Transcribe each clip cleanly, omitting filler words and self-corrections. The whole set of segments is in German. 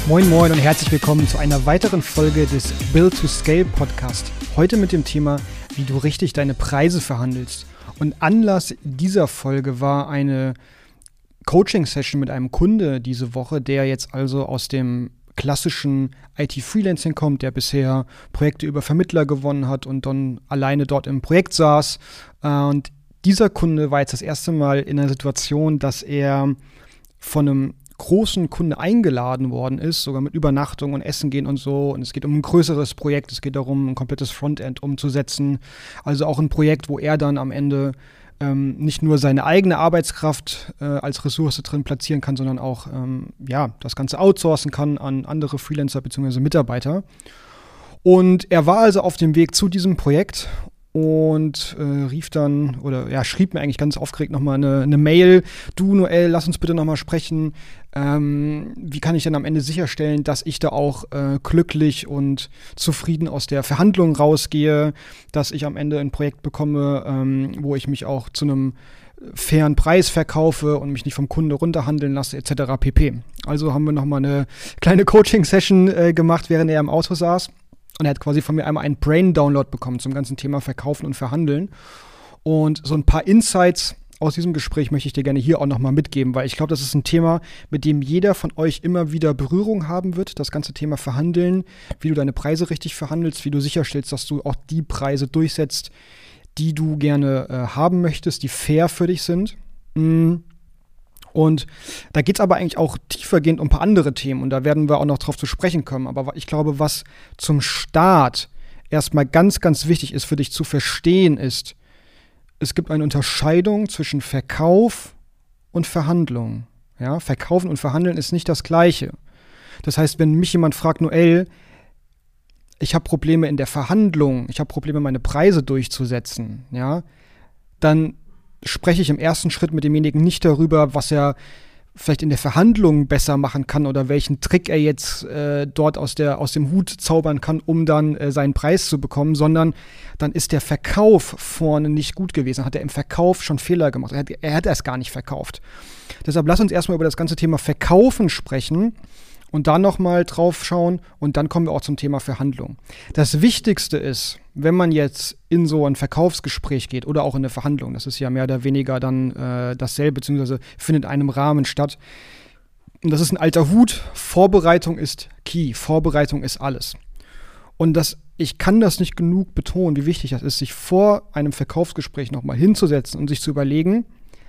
Moin Moin und herzlich willkommen zu einer weiteren Folge des Build to Scale Podcast. Heute mit dem Thema, wie du richtig deine Preise verhandelst. Und Anlass dieser Folge war eine Coaching-Session mit einem Kunde diese Woche, der jetzt also aus dem klassischen IT-Freelancing kommt, der bisher Projekte über Vermittler gewonnen hat und dann alleine dort im Projekt saß. Und dieser Kunde war jetzt das erste Mal in einer Situation, dass er von einem großen Kunde eingeladen worden ist, sogar mit Übernachtung und Essen gehen und so. Und es geht um ein größeres Projekt, es geht darum, ein komplettes Frontend umzusetzen. Also auch ein Projekt, wo er dann am Ende nicht nur seine eigene Arbeitskraft als Ressource drin platzieren kann, sondern auch das Ganze outsourcen kann an andere Freelancer bzw. Mitarbeiter. Und er war also auf dem Weg zu diesem Projekt und schrieb mir eigentlich ganz aufgeregt nochmal eine Mail. Du, Noel, lass uns bitte nochmal sprechen. Wie kann ich denn am Ende sicherstellen, dass ich da auch glücklich und zufrieden aus der Verhandlung rausgehe, dass ich am Ende ein Projekt bekomme, wo ich mich auch zu einem fairen Preis verkaufe und mich nicht vom Kunde runterhandeln lasse, etc. pp. Also haben wir nochmal eine kleine Coaching-Session gemacht, während er im Auto saß. Und er hat quasi von mir einmal einen Brain-Download bekommen zum ganzen Thema Verkaufen und Verhandeln. Und so ein paar Insights aus diesem Gespräch möchte ich dir gerne hier auch nochmal mitgeben, weil ich glaube, das ist ein Thema, mit dem jeder von euch immer wieder Berührung haben wird. Das ganze Thema Verhandeln, wie du deine Preise richtig verhandelst, wie du sicherstellst, dass du auch die Preise durchsetzt, die du gerne haben möchtest, die fair für dich sind. Und da geht es aber eigentlich auch tiefergehend um ein paar andere Themen und da werden wir auch noch drauf zu sprechen kommen. Aber ich glaube, was zum Start erstmal ganz, ganz wichtig ist für dich zu verstehen ist, es gibt eine Unterscheidung zwischen Verkauf und Verhandlung. Ja, Verkaufen und Verhandeln ist nicht das Gleiche. Das heißt, wenn mich jemand fragt, Noel, ich habe Probleme in der Verhandlung, ich habe Probleme, meine Preise durchzusetzen, ja, dann spreche ich im ersten Schritt mit demjenigen nicht darüber, was er vielleicht in der Verhandlung besser machen kann oder welchen Trick er jetzt dort aus dem Hut zaubern kann, um dann seinen Preis zu bekommen, sondern dann ist der Verkauf vorne nicht gut gewesen. Hat er im Verkauf schon Fehler gemacht. Er hat es gar nicht verkauft. Deshalb lass uns erstmal über das ganze Thema Verkaufen sprechen und dann nochmal drauf schauen und dann kommen wir auch zum Thema Verhandlung. Das Wichtigste ist, wenn man jetzt in so ein Verkaufsgespräch geht oder auch in eine Verhandlung, das ist ja mehr oder weniger dann dasselbe, beziehungsweise findet in einem Rahmen statt. Und das ist ein alter Hut, Vorbereitung ist key, Vorbereitung ist alles. Und ich kann das nicht genug betonen, wie wichtig das ist, sich vor einem Verkaufsgespräch nochmal hinzusetzen und sich zu überlegen,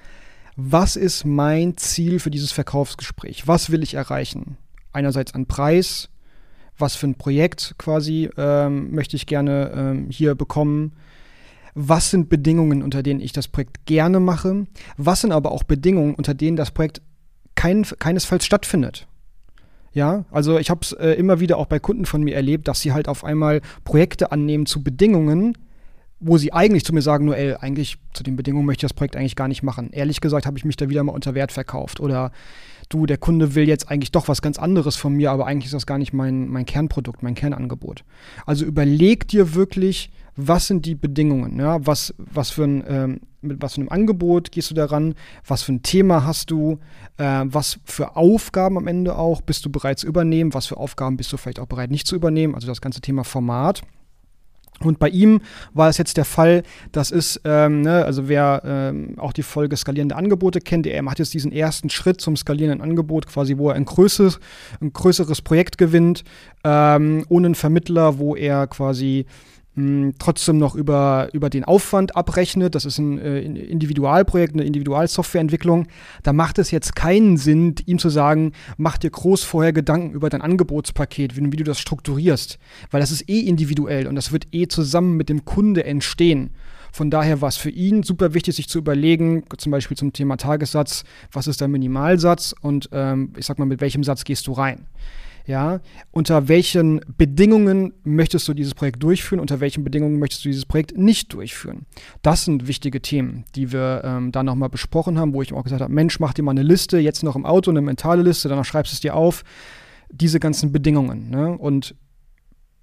was ist mein Ziel für dieses Verkaufsgespräch? Was will ich erreichen? Einerseits an Preis, was für ein Projekt quasi möchte ich gerne hier bekommen, was sind Bedingungen, unter denen ich das Projekt gerne mache, was sind aber auch Bedingungen, unter denen das Projekt keinesfalls stattfindet. Ja, also ich habe es immer wieder auch bei Kunden von mir erlebt, dass sie halt auf einmal Projekte annehmen zu Bedingungen, wo sie eigentlich zu mir sagen, Noel, eigentlich zu den Bedingungen möchte ich das Projekt eigentlich gar nicht machen. Ehrlich gesagt habe ich mich da wieder mal unter Wert verkauft oder du, der Kunde will jetzt eigentlich doch was ganz anderes von mir, aber eigentlich ist das gar nicht mein Kernprodukt, mein Kernangebot. Also überleg dir wirklich, was sind die Bedingungen, ja? Mit was für einem Angebot gehst du daran, was für ein Thema hast du, was für Aufgaben am Ende auch bist du bereit zu übernehmen, was für Aufgaben bist du vielleicht auch bereit nicht zu übernehmen, also das ganze Thema Format. Und bei ihm war es jetzt der Fall, das ist, also wer auch die Folge skalierende Angebote kennt, er macht jetzt diesen ersten Schritt zum skalierenden Angebot, quasi wo er ein größeres Projekt gewinnt, ohne einen Vermittler, wo er quasi trotzdem noch über den Aufwand abrechnet. Das ist ein Individualprojekt, eine Individualsoftwareentwicklung. Da macht es jetzt keinen Sinn, ihm zu sagen, mach dir groß vorher Gedanken über dein Angebotspaket, wie du das strukturierst. Weil das ist individuell und das wird zusammen mit dem Kunde entstehen. Von daher war es für ihn super wichtig, sich zu überlegen, zum Beispiel zum Thema Tagessatz, was ist der Minimalsatz und mit welchem Satz gehst du rein? Ja, unter welchen Bedingungen möchtest du dieses Projekt durchführen, unter welchen Bedingungen möchtest du dieses Projekt nicht durchführen? Das sind wichtige Themen, die wir da nochmal besprochen haben, wo ich auch gesagt habe, Mensch, mach dir mal eine Liste, jetzt noch im Auto, eine mentale Liste, danach schreibst du es dir auf, diese ganzen Bedingungen, ne? Und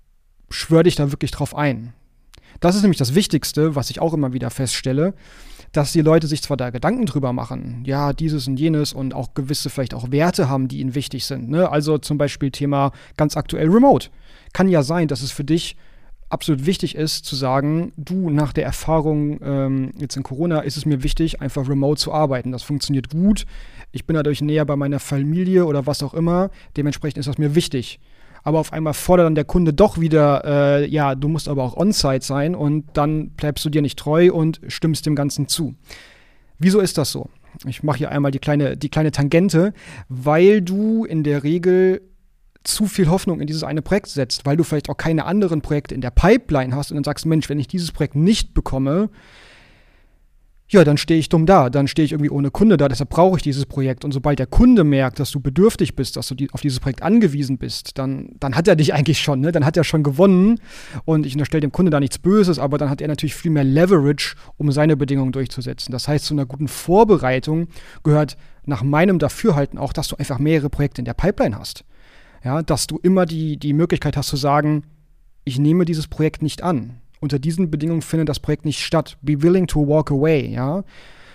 schwör dich da wirklich drauf ein. Das ist nämlich das Wichtigste, was ich auch immer wieder feststelle, dass die Leute sich zwar da Gedanken drüber machen, ja, dieses und jenes und auch gewisse vielleicht auch Werte haben, die ihnen wichtig sind, ne? Also zum Beispiel Thema ganz aktuell Remote. Kann ja sein, dass es für dich absolut wichtig ist, zu sagen, du, nach der Erfahrung jetzt in Corona ist es mir wichtig, einfach remote zu arbeiten. Das funktioniert gut. Ich bin dadurch näher bei meiner Familie oder was auch immer. Dementsprechend ist das mir wichtig. Aber auf einmal fordert dann der Kunde doch wieder, ja, du musst aber auch on-site sein und dann bleibst du dir nicht treu und stimmst dem Ganzen zu. Wieso ist das so? Ich mache hier einmal die kleine Tangente, weil du in der Regel zu viel Hoffnung in dieses eine Projekt setzt, weil du vielleicht auch keine anderen Projekte in der Pipeline hast und dann sagst, Mensch, wenn ich dieses Projekt nicht bekomme, ja, dann stehe ich dumm da, dann stehe ich irgendwie ohne Kunde da, deshalb brauche ich dieses Projekt. Und sobald der Kunde merkt, dass du bedürftig bist, dass du auf dieses Projekt angewiesen bist, dann hat er dich eigentlich schon, ne? Dann hat er schon gewonnen und ich unterstelle dem Kunde da nichts Böses, aber dann hat er natürlich viel mehr Leverage, um seine Bedingungen durchzusetzen. Das heißt, zu einer guten Vorbereitung gehört nach meinem Dafürhalten auch, dass du einfach mehrere Projekte in der Pipeline hast. Ja, dass du immer die Möglichkeit hast zu sagen, ich nehme dieses Projekt nicht an. Unter diesen Bedingungen findet das Projekt nicht statt. Be willing to walk away, ja.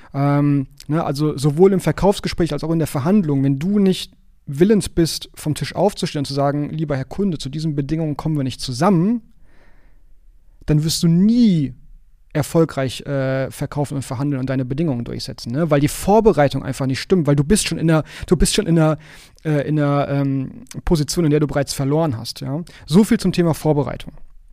Also sowohl im Verkaufsgespräch als auch in der Verhandlung, wenn du nicht willens bist, vom Tisch aufzustehen und zu sagen, lieber Herr Kunde, zu diesen Bedingungen kommen wir nicht zusammen, dann wirst du nie erfolgreich verkaufen und verhandeln und deine Bedingungen durchsetzen, ne? Weil die Vorbereitung einfach nicht stimmt, weil du bist schon in einer Position, in der du bereits verloren hast, ja. So viel zum Thema Vorbereitung.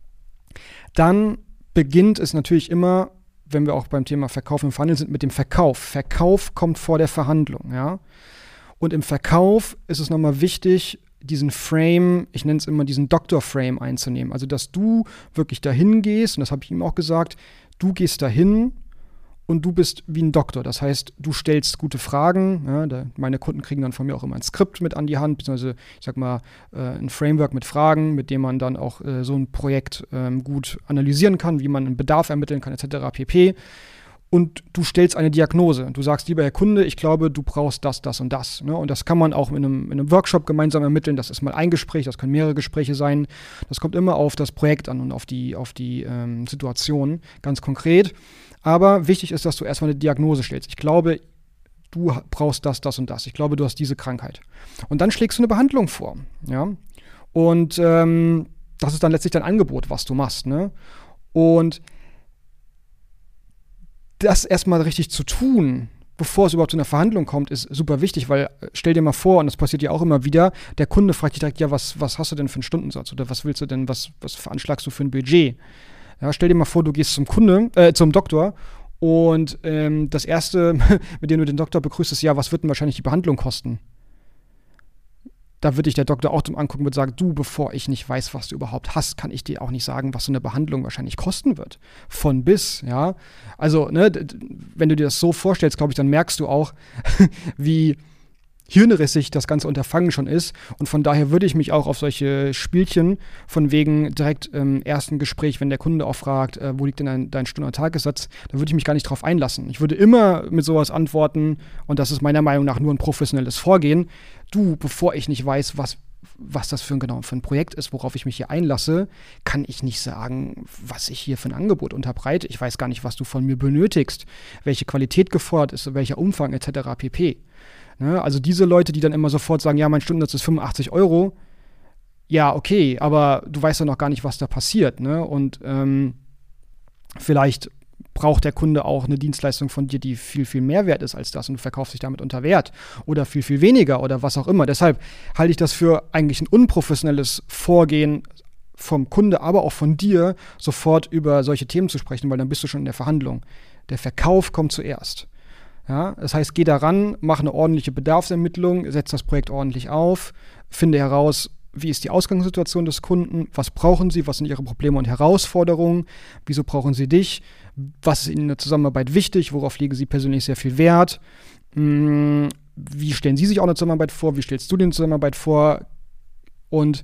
Dann beginnt es natürlich immer, wenn wir auch beim Thema Verkauf und Verhandeln sind, mit dem Verkauf. Verkauf kommt vor der Verhandlung, ja. Und im Verkauf ist es nochmal wichtig, diesen Frame, ich nenne es immer diesen Doktor-Frame einzunehmen. Also, dass du wirklich dahin gehst, und das habe ich ihm auch gesagt, du gehst dahin und du bist wie ein Doktor. Das heißt, du stellst gute Fragen. Ja, meine Kunden kriegen dann von mir auch immer ein Skript mit an die Hand, beziehungsweise, ich sag mal, ein Framework mit Fragen, mit dem man dann auch so ein Projekt gut analysieren kann, wie man einen Bedarf ermitteln kann, etc. pp. Und du stellst eine Diagnose. Du sagst, lieber Herr Kunde, ich glaube, du brauchst das, das und das. Ne? Und das kann man auch in einem Workshop gemeinsam ermitteln. Das ist mal ein Gespräch, das können mehrere Gespräche sein. Das kommt immer auf das Projekt an und auf die Situation, ganz konkret. Aber wichtig ist, dass du erstmal eine Diagnose stellst. Ich glaube, du brauchst das, das und das. Ich glaube, du hast diese Krankheit. Und dann schlägst du eine Behandlung vor. Ja? Und das ist dann letztlich dein Angebot, was du machst. Ne? Und das erstmal richtig zu tun, bevor es überhaupt zu einer Verhandlung kommt, ist super wichtig, weil stell dir mal vor, und das passiert ja auch immer wieder, der Kunde fragt dich direkt, ja, was hast du denn für einen Stundensatz oder was willst du denn, was veranschlagst du für ein Budget? Ja, stell dir mal vor, du gehst zum Doktor und das Erste, mit dem du den Doktor begrüßt, ist, ja, was wird denn wahrscheinlich die Behandlung kosten? Da würde dich der Doktor auch zum Angucken und sagen, du, bevor ich nicht weiß, was du überhaupt hast, kann ich dir auch nicht sagen, was so eine Behandlung wahrscheinlich kosten wird. Von bis, ja. Also, ne, wenn du dir das so vorstellst, glaube ich, dann merkst du auch, wie hirnrissig das ganze Unterfangen schon ist. Und von daher würde ich mich auch auf solche Spielchen von wegen direkt im ersten Gespräch, wenn der Kunde auch fragt, wo liegt denn dein Stunden- und Tagessatz, da würde ich mich gar nicht drauf einlassen. Ich würde immer mit sowas antworten, und das ist meiner Meinung nach nur ein professionelles Vorgehen. Du, bevor ich nicht weiß, was das für ein Projekt ist, worauf ich mich hier einlasse, kann ich nicht sagen, was ich hier für ein Angebot unterbreite. Ich weiß gar nicht, was du von mir benötigst, welche Qualität gefordert ist, welcher Umfang etc. pp. Ne? Also diese Leute, die dann immer sofort sagen, ja, mein Stundensatz ist 85 €, ja, okay, aber du weißt ja noch gar nicht, was da passiert. Ne? Und vielleicht braucht der Kunde auch eine Dienstleistung von dir, die viel, viel mehr wert ist als das, und du verkaufst dich damit unter Wert oder viel, viel weniger oder was auch immer. Deshalb halte ich das für eigentlich ein unprofessionelles Vorgehen vom Kunde, aber auch von dir, sofort über solche Themen zu sprechen, weil dann bist du schon in der Verhandlung. Der Verkauf kommt zuerst. Ja, das heißt, geh daran, mach eine ordentliche Bedarfsermittlung, setz das Projekt ordentlich auf, finde heraus, wie ist die Ausgangssituation des Kunden, was brauchen sie, was sind ihre Probleme und Herausforderungen, wieso brauchen sie dich, was ist ihnen in der Zusammenarbeit wichtig, worauf legen sie persönlich sehr viel Wert, wie stellen sie sich auch eine Zusammenarbeit vor, wie stellst du dir eine Zusammenarbeit vor, und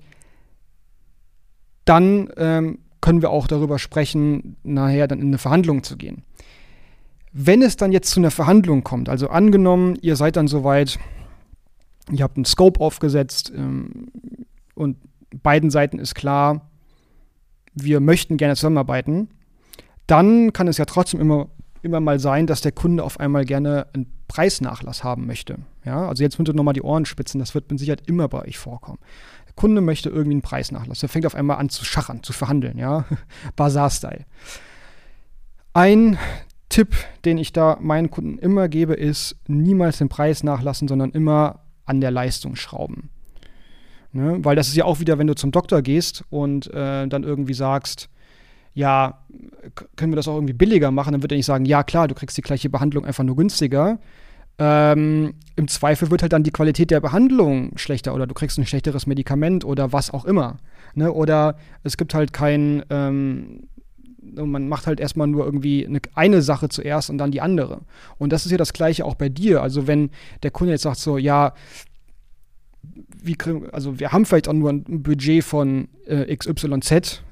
dann können wir auch darüber sprechen, nachher dann in eine Verhandlung zu gehen. Wenn es dann jetzt zu einer Verhandlung kommt, also angenommen, ihr seid dann soweit, ihr habt einen Scope aufgesetzt und beiden Seiten ist klar, wir möchten gerne zusammenarbeiten, dann kann es ja trotzdem immer immer mal sein, dass der Kunde auf einmal gerne einen Preisnachlass haben möchte. Ja, also jetzt bitte nochmal die Ohren spitzen, das wird mit Sicherheit immer bei euch vorkommen. Der Kunde möchte irgendwie einen Preisnachlass. Der fängt auf einmal an zu schachern, zu verhandeln, ja, Basar-Style. Ein Tipp, den ich da meinen Kunden immer gebe, ist, niemals den Preis nachlassen, sondern immer an der Leistung schrauben. Ne? Weil das ist ja auch wieder, wenn du zum Doktor gehst und dann irgendwie sagst, ja, können wir das auch irgendwie billiger machen, dann wird er nicht sagen, ja klar, du kriegst die gleiche Behandlung einfach nur günstiger. Im Zweifel wird halt dann die Qualität der Behandlung schlechter oder du kriegst ein schlechteres Medikament oder was auch immer. Ne? Oder es gibt halt kein man macht halt erstmal nur irgendwie eine Sache zuerst und dann die andere. Und das ist ja das Gleiche auch bei dir. Also wenn der Kunde jetzt sagt so, ja, wir haben vielleicht auch nur ein Budget von XYZ,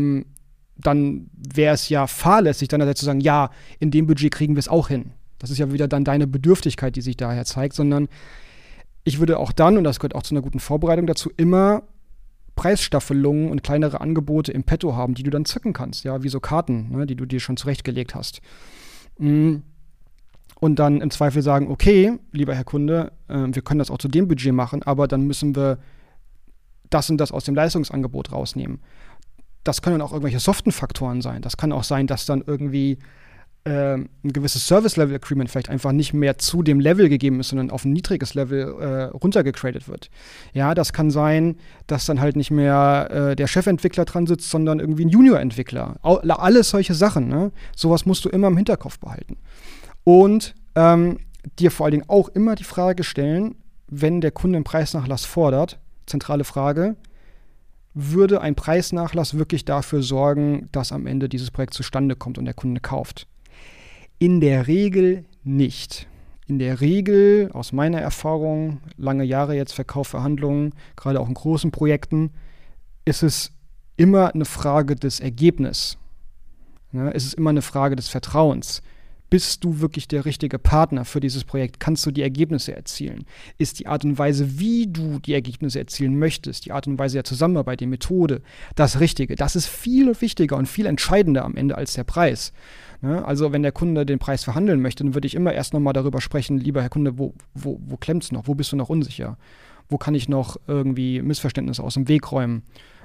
dann wäre es ja fahrlässig, dann zu sagen, ja, in dem Budget kriegen wir es auch hin. Das ist ja wieder dann deine Bedürftigkeit, die sich daher zeigt, sondern ich würde auch dann, und das gehört auch zu einer guten Vorbereitung dazu, immer Preisstaffelungen und kleinere Angebote im Petto haben, die du dann zücken kannst, ja, wie so Karten, ne, die du dir schon zurechtgelegt hast. Und dann im Zweifel sagen, okay, lieber Herr Kunde, wir können das auch zu dem Budget machen, aber dann müssen wir das und das aus dem Leistungsangebot rausnehmen. Das können auch irgendwelche soften Faktoren sein. Das kann auch sein, dass dann irgendwie ein gewisses Service-Level-Agreement vielleicht einfach nicht mehr zu dem Level gegeben ist, sondern auf ein niedriges Level runtergegradet wird. Ja, das kann sein, dass dann halt nicht mehr der Chefentwickler dran sitzt, sondern irgendwie ein Junior-Entwickler. Alles solche Sachen, ne? Sowas musst du immer im Hinterkopf behalten. Und dir vor allen Dingen auch immer die Frage stellen, wenn der Kunde einen Preisnachlass fordert, zentrale Frage, würde ein Preisnachlass wirklich dafür sorgen, dass am Ende dieses Projekt zustande kommt und der Kunde kauft? In der Regel nicht. In der Regel, aus meiner Erfahrung, lange Jahre jetzt Verkauf, Verhandlungen, gerade auch in großen Projekten, ist es immer eine Frage des Ergebnisses. Ne? Es ist immer eine Frage des Vertrauens. Bist du wirklich der richtige Partner für dieses Projekt? Kannst du die Ergebnisse erzielen? Ist die Art und Weise, wie du die Ergebnisse erzielen möchtest, die Art und Weise der Zusammenarbeit, die Methode, das Richtige? Das ist viel wichtiger und viel entscheidender am Ende als der Preis. Ne? Also wenn der Kunde den Preis verhandeln möchte, dann würde ich immer erst nochmal darüber sprechen, lieber Herr Kunde, wo klemmt es noch? Wo bist du noch unsicher? Wo kann ich noch irgendwie Missverständnisse aus dem Weg räumen?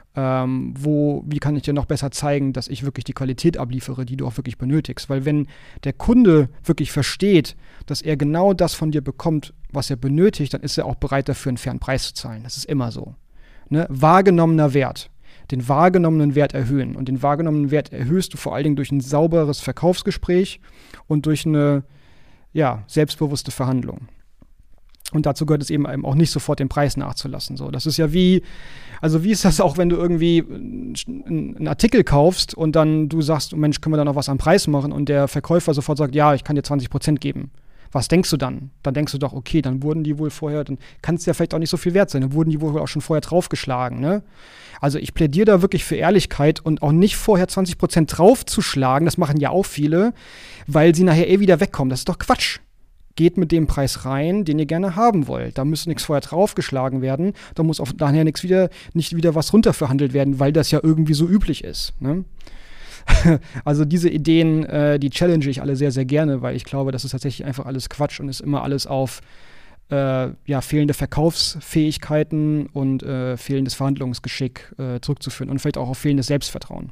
Wie kann ich dir noch besser zeigen, dass ich wirklich die Qualität abliefere, die du auch wirklich benötigst? Weil wenn der Kunde wirklich versteht, dass er genau das von dir bekommt, was er benötigt, dann ist er auch bereit dafür, einen fairen Preis zu zahlen. Das ist immer so. Ne? Wahrgenommener Wert. Den wahrgenommenen Wert erhöhen. Und den wahrgenommenen Wert erhöhst du vor allen Dingen durch ein sauberes Verkaufsgespräch und durch eine selbstbewusste Verhandlung. Und dazu gehört es eben auch nicht sofort den Preis nachzulassen. So, das ist ja wie ist das auch, wenn du irgendwie einen Artikel kaufst und dann du sagst, Mensch, können wir da noch was am Preis machen? Und der Verkäufer sofort sagt, ja, ich kann dir 20% geben. Was denkst du dann? Dann denkst du doch, okay, dann wurden die wohl vorher, dann kann es ja vielleicht auch nicht so viel wert sein, dann wurden die wohl auch schon vorher draufgeschlagen, ne? Also ich plädiere da wirklich für Ehrlichkeit und auch nicht vorher 20% draufzuschlagen, das machen ja auch viele, weil sie nachher wieder wegkommen. Das ist doch Quatsch. Geht mit dem Preis rein, den ihr gerne haben wollt. Da muss nichts vorher draufgeschlagen werden, da muss auch daher nicht wieder was runterverhandelt werden, weil das ja irgendwie so üblich ist, ne? Also diese Ideen, die challenge ich alle sehr, sehr gerne, weil ich glaube, das ist tatsächlich einfach alles Quatsch und ist immer alles auf fehlende Verkaufsfähigkeiten und fehlendes Verhandlungsgeschick zurückzuführen und vielleicht auch auf fehlendes Selbstvertrauen.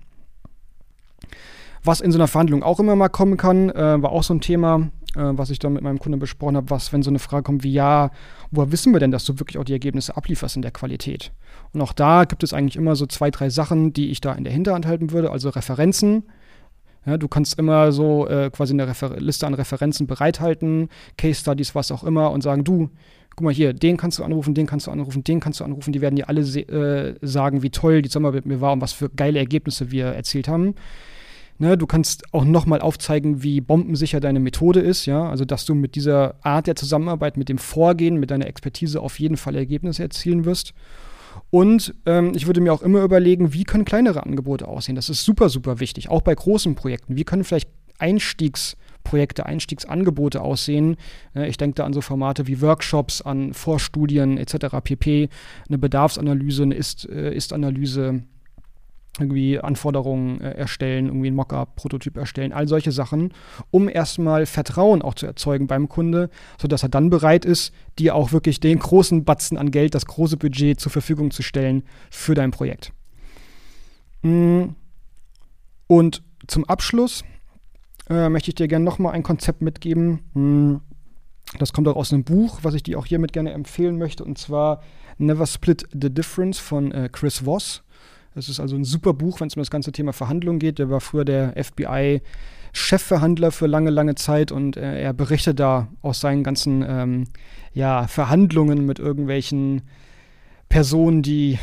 Was in so einer Verhandlung auch immer mal kommen kann, war auch so ein Thema, was ich dann mit meinem Kunden besprochen habe, wenn so eine Frage kommt wie, ja, woher wissen wir denn, dass du wirklich auch die Ergebnisse ablieferst in der Qualität? Und auch da gibt es eigentlich immer so 2, 3 Sachen, die ich da in der Hinterhand halten würde, also Referenzen. Ja, du kannst immer so quasi eine Liste an Referenzen bereithalten, Case Studies, was auch immer und sagen, du, guck mal hier, den kannst du anrufen, den kannst du anrufen, den kannst du anrufen, die werden dir alle sagen, wie toll die Zusammenarbeit mit mir war und was für geile Ergebnisse wir erzielt haben. Ne, du kannst auch nochmal aufzeigen, wie bombensicher deine Methode ist, ja, also dass du mit dieser Art der Zusammenarbeit, mit dem Vorgehen, mit deiner Expertise auf jeden Fall Ergebnisse erzielen wirst. Und ich würde mir auch immer überlegen, wie können kleinere Angebote aussehen? Das ist super, super wichtig, auch bei großen Projekten. Wie können vielleicht Einstiegsprojekte, Einstiegsangebote aussehen? Ich denke da an so Formate wie Workshops, an Vorstudien etc. pp., eine Bedarfsanalyse, eine Ist-Analyse, irgendwie Anforderungen erstellen, irgendwie ein Mockup, Prototyp erstellen, all solche Sachen, um erstmal Vertrauen auch zu erzeugen beim Kunde, sodass er dann bereit ist, dir auch wirklich den großen Batzen an Geld, das große Budget zur Verfügung zu stellen für dein Projekt. Und zum Abschluss möchte ich dir gerne nochmal ein Konzept mitgeben. Das kommt auch aus einem Buch, was ich dir auch hiermit gerne empfehlen möchte, und zwar Never Split the Difference von Chris Voss. Das ist also ein super Buch, wenn es um das ganze Thema Verhandlungen geht. Der war früher der FBI-Chefverhandler für lange, lange Zeit und er berichtet da aus seinen ganzen Verhandlungen mit irgendwelchen Personen, die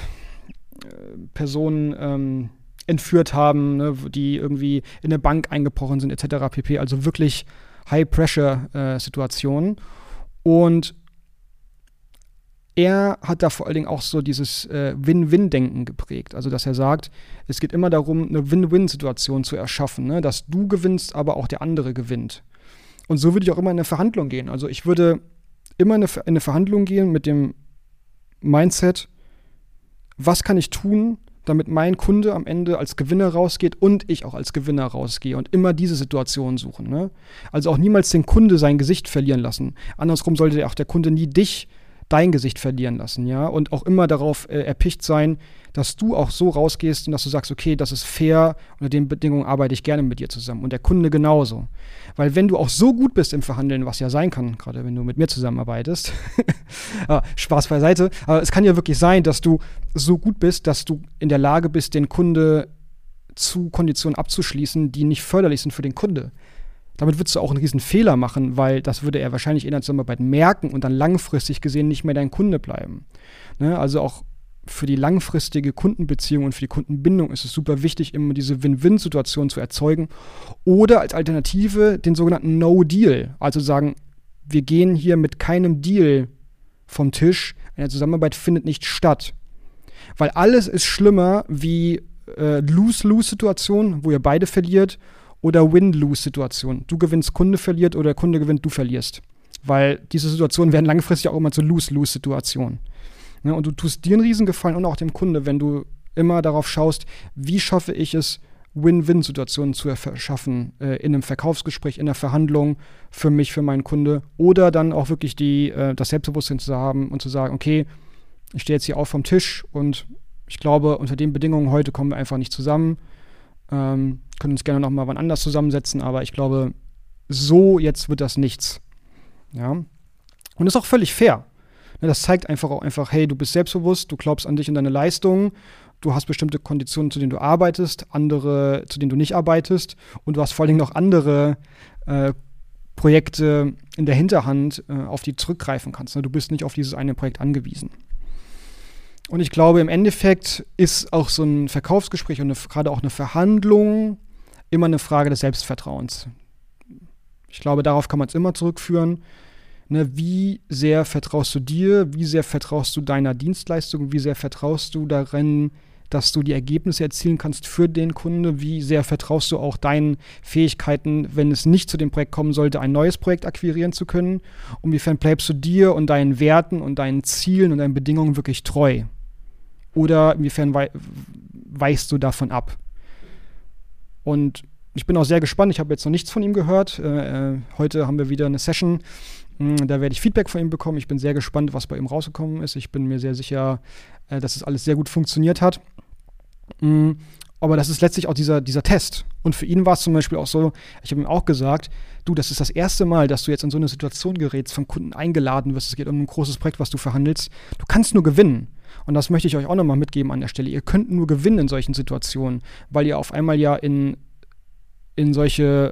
Personen entführt haben, ne, die irgendwie in eine Bank eingebrochen sind, etc. pp. Also wirklich High-Pressure-Situationen. Und er hat da vor allen Dingen auch so dieses Win-Win-Denken geprägt. Also, dass er sagt, es geht immer darum, eine Win-Win-Situation zu erschaffen, ne? Dass du gewinnst, aber auch der andere gewinnt. Und so würde ich auch immer in eine Verhandlung gehen. Also, ich würde immer in eine Verhandlung gehen mit dem Mindset, was kann ich tun, damit mein Kunde am Ende als Gewinner rausgeht und ich auch als Gewinner rausgehe, und immer diese Situation suchen, ne? Also auch niemals den Kunde sein Gesicht verlieren lassen. Andersrum sollte auch der Kunde nie dein Gesicht verlieren lassen, ja, und auch immer darauf erpicht sein, dass du auch so rausgehst und dass du sagst, okay, das ist fair, unter den Bedingungen arbeite ich gerne mit dir zusammen, und der Kunde genauso. Weil wenn du auch so gut bist im Verhandeln, was ja sein kann, gerade wenn du mit mir zusammenarbeitest, Spaß beiseite, aber es kann ja wirklich sein, dass du so gut bist, dass du in der Lage bist, den Kunde zu Konditionen abzuschließen, die nicht förderlich sind für den Kunde. Damit würdest du auch einen riesen Fehler machen, weil das würde er wahrscheinlich in der Zusammenarbeit merken und dann langfristig gesehen nicht mehr dein Kunde bleiben. Ne? Also auch für die langfristige Kundenbeziehung und für die Kundenbindung ist es super wichtig, immer diese Win-Win-Situation zu erzeugen. Oder als Alternative den sogenannten No-Deal. Also sagen, wir gehen hier mit keinem Deal vom Tisch. Eine Zusammenarbeit findet nicht statt. Weil alles ist schlimmer wie Lose-Lose-Situation, wo ihr beide verliert, oder Win-Lose-Situation. Du gewinnst, Kunde verliert, oder der Kunde gewinnt, du verlierst. Weil diese Situationen werden langfristig auch immer zu Lose-Lose-Situationen. Ne? Und du tust dir einen Riesengefallen und auch dem Kunde, wenn du immer darauf schaust, wie schaffe ich es, Win-Win-Situationen zu erschaffen, in einem Verkaufsgespräch, in einer Verhandlung, für mich, für meinen Kunde, oder dann auch wirklich das Selbstbewusstsein zu haben und zu sagen, okay, ich stehe jetzt hier auf vom Tisch und ich glaube, unter den Bedingungen heute kommen wir einfach nicht zusammen. Können uns gerne noch mal wann anders zusammensetzen, aber ich glaube, so jetzt wird das nichts. Ja? Und das ist auch völlig fair. Das zeigt einfach, hey, du bist selbstbewusst, du glaubst an dich und deine Leistung, du hast bestimmte Konditionen, zu denen du arbeitest, andere, zu denen du nicht arbeitest, und du hast vor allen Dingen noch andere Projekte in der Hinterhand, auf die du zurückgreifen kannst. Du bist nicht auf dieses eine Projekt angewiesen. Und ich glaube, im Endeffekt ist auch so ein Verkaufsgespräch und gerade auch eine Verhandlung immer eine Frage des Selbstvertrauens. Ich glaube, darauf kann man es immer zurückführen. Ne, wie sehr vertraust du dir, wie sehr vertraust du deiner Dienstleistung, wie sehr vertraust du darin, dass du die Ergebnisse erzielen kannst für den Kunde, wie sehr vertraust du auch deinen Fähigkeiten, wenn es nicht zu dem Projekt kommen sollte, ein neues Projekt akquirieren zu können, und inwiefern bleibst du dir und deinen Werten und deinen Zielen und deinen Bedingungen wirklich treu, oder inwiefern weichst du davon ab. Und ich bin auch sehr gespannt, ich habe jetzt noch nichts von ihm gehört, heute haben wir wieder eine Session, da werde ich Feedback von ihm bekommen. Ich bin sehr gespannt, was bei ihm rausgekommen ist. Ich bin mir sehr sicher, dass es alles sehr gut funktioniert hat. Aber das ist letztlich auch dieser Test. Und für ihn war es zum Beispiel auch so, ich habe ihm auch gesagt, du, das ist das erste Mal, dass du jetzt in so eine Situation gerätst, vom Kunden eingeladen wirst. Es geht um ein großes Projekt, was du verhandelst. Du kannst nur gewinnen. Und das möchte ich euch auch nochmal mitgeben an der Stelle. Ihr könnt nur gewinnen in solchen Situationen, weil ihr auf einmal ja in solche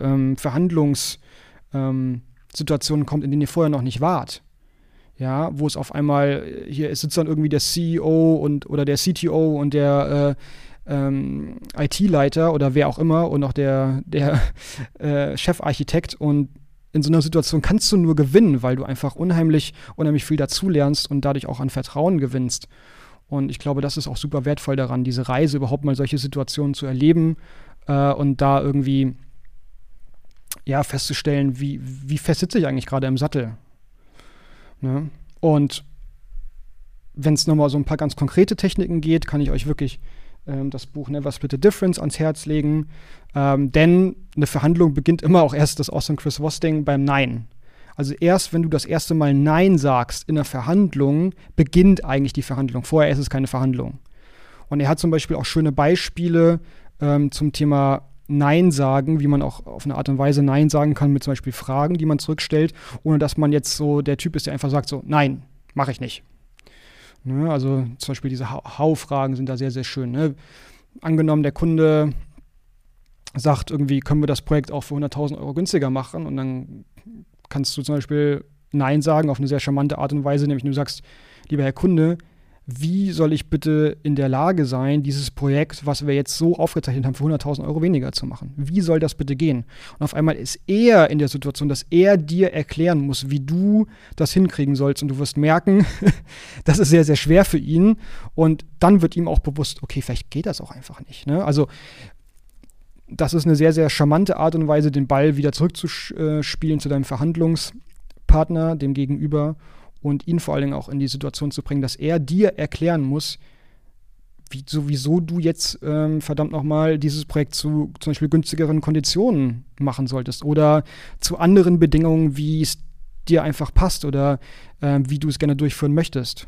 Verhandlungssituationen kommt, in denen ihr vorher noch nicht wart. Ja, wo es auf einmal, hier sitzt dann irgendwie der CEO oder der CTO und der IT-Leiter oder wer auch immer und auch der Chefarchitekt, und in so einer Situation kannst du nur gewinnen, weil du einfach unheimlich viel dazulernst und dadurch auch an Vertrauen gewinnst. Und ich glaube, das ist auch super wertvoll daran, diese Reise überhaupt mal solche Situationen zu erleben und da irgendwie festzustellen, wie fest sitze ich eigentlich gerade im Sattel. Ne? Und wenn es nochmal so ein paar ganz konkrete Techniken geht, kann ich euch wirklich das Buch Never Split the Difference ans Herz legen. Denn eine Verhandlung beginnt immer auch erst, das Austin Chris Voss Ding, beim Nein. Also erst, wenn du das erste Mal Nein sagst in einer Verhandlung, beginnt eigentlich die Verhandlung. Vorher ist es keine Verhandlung. Und er hat zum Beispiel auch schöne Beispiele zum Thema Nein sagen, wie man auch auf eine Art und Weise Nein sagen kann mit zum Beispiel Fragen, die man zurückstellt, ohne dass man jetzt so der Typ ist, der einfach sagt so, nein, mache ich nicht. Ne? Also zum Beispiel diese How-Fragen sind da sehr, sehr schön. Ne? Angenommen, der Kunde sagt irgendwie, können wir das Projekt auch für 100.000 Euro günstiger machen? Und dann kannst du zum Beispiel Nein sagen auf eine sehr charmante Art und Weise, nämlich du sagst, lieber Herr Kunde, wie soll ich bitte in der Lage sein, dieses Projekt, was wir jetzt so aufgezeichnet haben, für 100.000 Euro weniger zu machen? Wie soll das bitte gehen? Und auf einmal ist er in der Situation, dass er dir erklären muss, wie du das hinkriegen sollst. Und du wirst merken, das ist sehr, sehr schwer für ihn. Und dann wird ihm auch bewusst, okay, vielleicht geht das auch einfach nicht. Ne? Also das ist eine sehr, sehr charmante Art und Weise, den Ball wieder zurückzuspielen zu deinem Verhandlungspartner, dem Gegenüber, und ihn vor allen Dingen auch in die Situation zu bringen, dass er dir erklären muss, wieso du jetzt verdammt nochmal dieses Projekt zu zum Beispiel günstigeren Konditionen machen solltest oder zu anderen Bedingungen, wie es dir einfach passt oder wie du es gerne durchführen möchtest.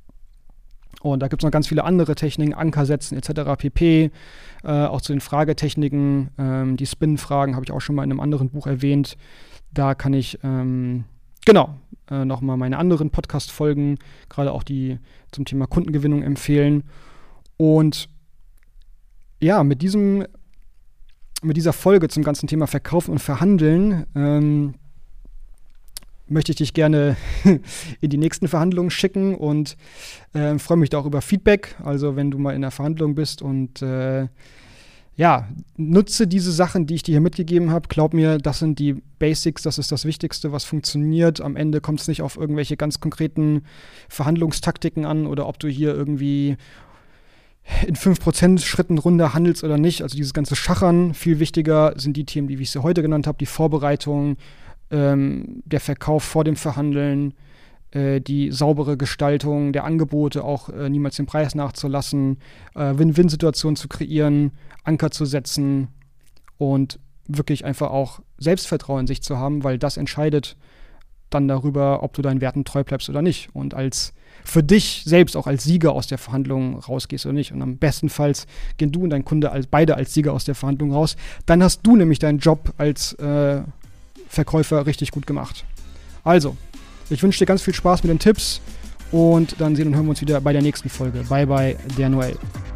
Und da gibt es noch ganz viele andere Techniken, Anker setzen etc. pp. Auch zu den Fragetechniken, die Spin-Fragen habe ich auch schon mal in einem anderen Buch erwähnt. Da kann ich nochmal meine anderen Podcast-Folgen, gerade auch die zum Thema Kundengewinnung empfehlen. Und ja, mit dieser Folge zum ganzen Thema Verkaufen und Verhandeln möchte ich dich gerne in die nächsten Verhandlungen schicken und freue mich da auch über Feedback. Also wenn du mal in der Verhandlung bist und nutze diese Sachen, die ich dir hier mitgegeben habe. Glaub mir, das sind die Basics, das ist das Wichtigste, was funktioniert. Am Ende kommt es nicht auf irgendwelche ganz konkreten Verhandlungstaktiken an oder ob du hier irgendwie in 5% Schritten runter handelst oder nicht. Also dieses ganze Schachern, viel wichtiger sind die Themen, die ich sie heute genannt habe, die Vorbereitung, der Verkauf vor dem Verhandeln, die saubere Gestaltung der Angebote, auch niemals den Preis nachzulassen, Win-Win-Situationen zu kreieren, Anker zu setzen und wirklich einfach auch Selbstvertrauen in sich zu haben, weil das entscheidet dann darüber, ob du deinen Werten treu bleibst oder nicht und für dich selbst auch als Sieger aus der Verhandlung rausgehst oder nicht. Und am bestenfalls gehen du und dein Kunde beide als Sieger aus der Verhandlung raus. Dann hast du nämlich deinen Job als Verkäufer richtig gut gemacht. Also, ich wünsche dir ganz viel Spaß mit den Tipps und dann sehen und hören wir uns wieder bei der nächsten Folge. Bye bye, der Noel.